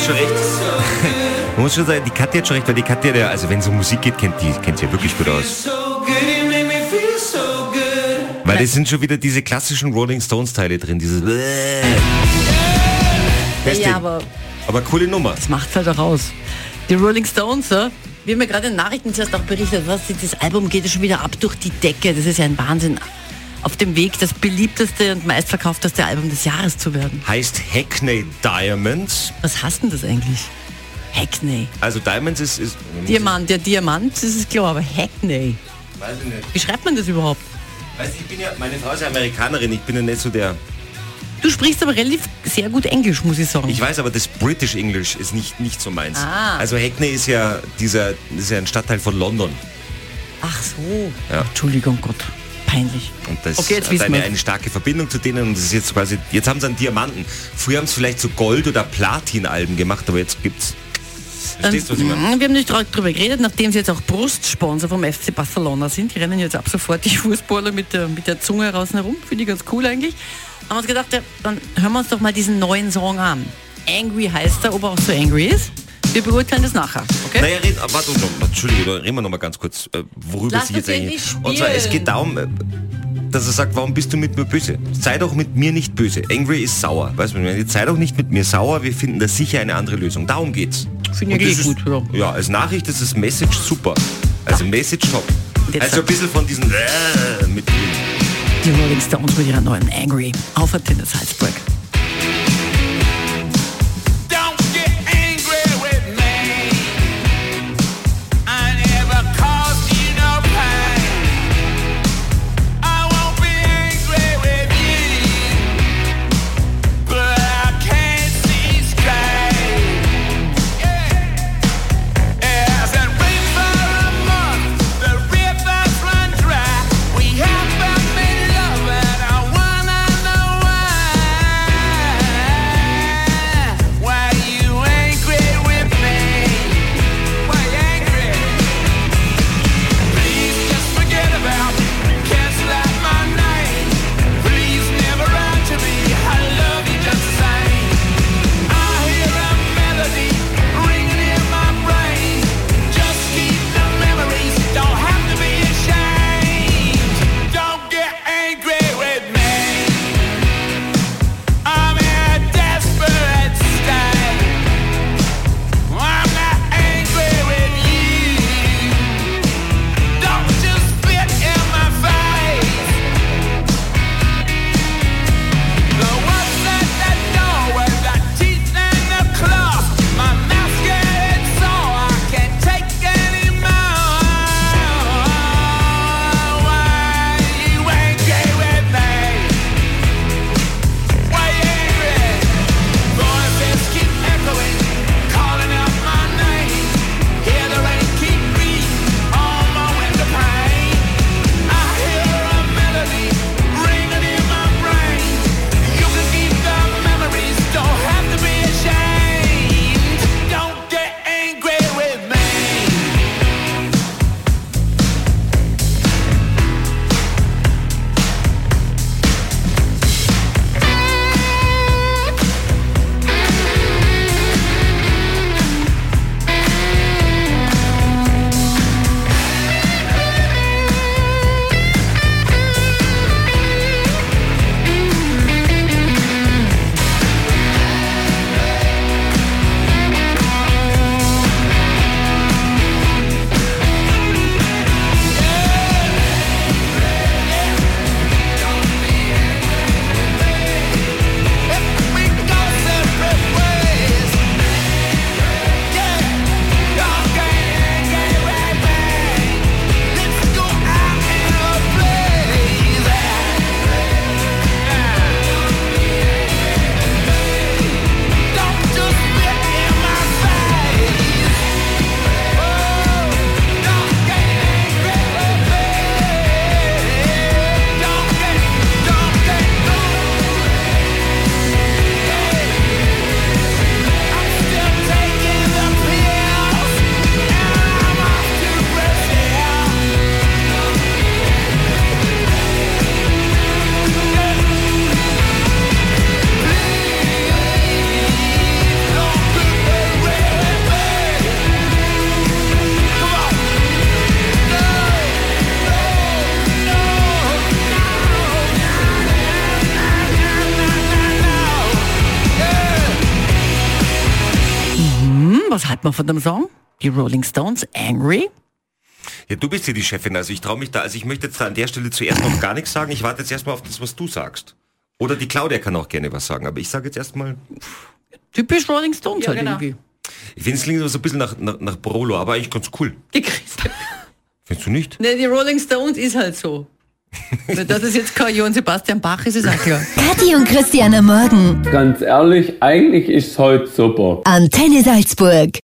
schon recht. Man muss schon sagen, die Katja hat schon recht, weil die Katja, also wenn es um Musik geht, kennt sie ja wirklich gut aus. Weil das sind schon wieder diese klassischen Rolling Stones Teile drin, dieses Ja, aber coole Nummer. das macht's halt auch aus. Die Rolling Stones, wir haben ja gerade in den Nachrichten zuerst auch berichtet, das Album geht ja schon wieder ab durch die Decke. Das ist ja ein Wahnsinn. Auf dem Weg, das beliebteste und meistverkaufteste Album des Jahres zu werden. Heißt Hackney Diamonds. Was heißt denn das eigentlich? Hackney. Also Diamonds ist Diamant, der Diamant, das ist klar, aber Hackney. Weiß ich nicht. Wie schreibt man das überhaupt? Weißt du, meine Frau ist ja Amerikanerin, ich bin ja nicht so der... Du sprichst aber relativ sehr gut Englisch, muss ich sagen. Ich weiß, aber das British English ist nicht so meins. Ah. Also Hackney ist ja ein Stadtteil von London. Ach so. Ja. Entschuldigung, Gott. Peinlich. Und das Okay, jetzt hat wissen wir. eine starke Verbindung zu denen und das ist jetzt quasi, jetzt haben sie einen Diamanten. Früher haben sie vielleicht so Gold- oder Platin-Alben gemacht, aber jetzt gibt's... Verstehst du, was ich meine? Wir haben nicht drüber geredet, nachdem sie jetzt auch Brustsponsor vom FC Barcelona sind. Die rennen jetzt ab sofort die Fußballer mit der Zunge draußen herum. Finde ich ganz cool eigentlich. Haben wir uns gedacht, ja, dann hören wir uns doch mal diesen neuen Song an. Angry heißt er, ob er auch so angry ist. Wir beurteilen das nachher, okay? Naja, Entschuldige, reden wir noch mal ganz kurz, worüber Lass sie jetzt uns eigentlich... endlich Und zwar, es spielen. geht darum, dass er sagt, warum bist du mit mir böse? Sei doch mit mir nicht böse. Angry ist sauer. Weißt du, jetzt sei doch nicht mit mir sauer, wir finden da sicher eine andere Lösung. Darum geht's. Finde ich gut, ja. Ja, als Nachricht ist das Message super. Also Message top. jetzt Also ein bisschen von diesen mit drin. Die Rolling Stones mit ihrer neuen Angry auf Antenne Salzburg. Don't get angry with me. I never caused you no pain. I won't be angry with you, but I can't see straight. It hasn't rained for a month. The rivers run dry. We haven't been loving. I wanna know why. man von dem Song? Die Rolling Stones, Angry. Ja, du bist hier die Chefin, also ich traue mich da, also ich möchte jetzt da an der Stelle zuerst noch gar nichts sagen. Ich warte jetzt erstmal auf das, was du sagst. Oder die Claudia kann auch gerne was sagen, aber ich sage jetzt erstmal... Typisch Rolling Stones halt genau. irgendwie. Ich finde, es klingt so ein bisschen nach Brolo, aber eigentlich ganz cool. Die Christa. Findest du nicht? Ne, die Rolling Stones ist halt so. Dass es jetzt kein Johann Sebastian Bach ist, ist auch klar. Kathi und Christian am Morgen. Ganz ehrlich, eigentlich ist es heute super. Antenne Salzburg.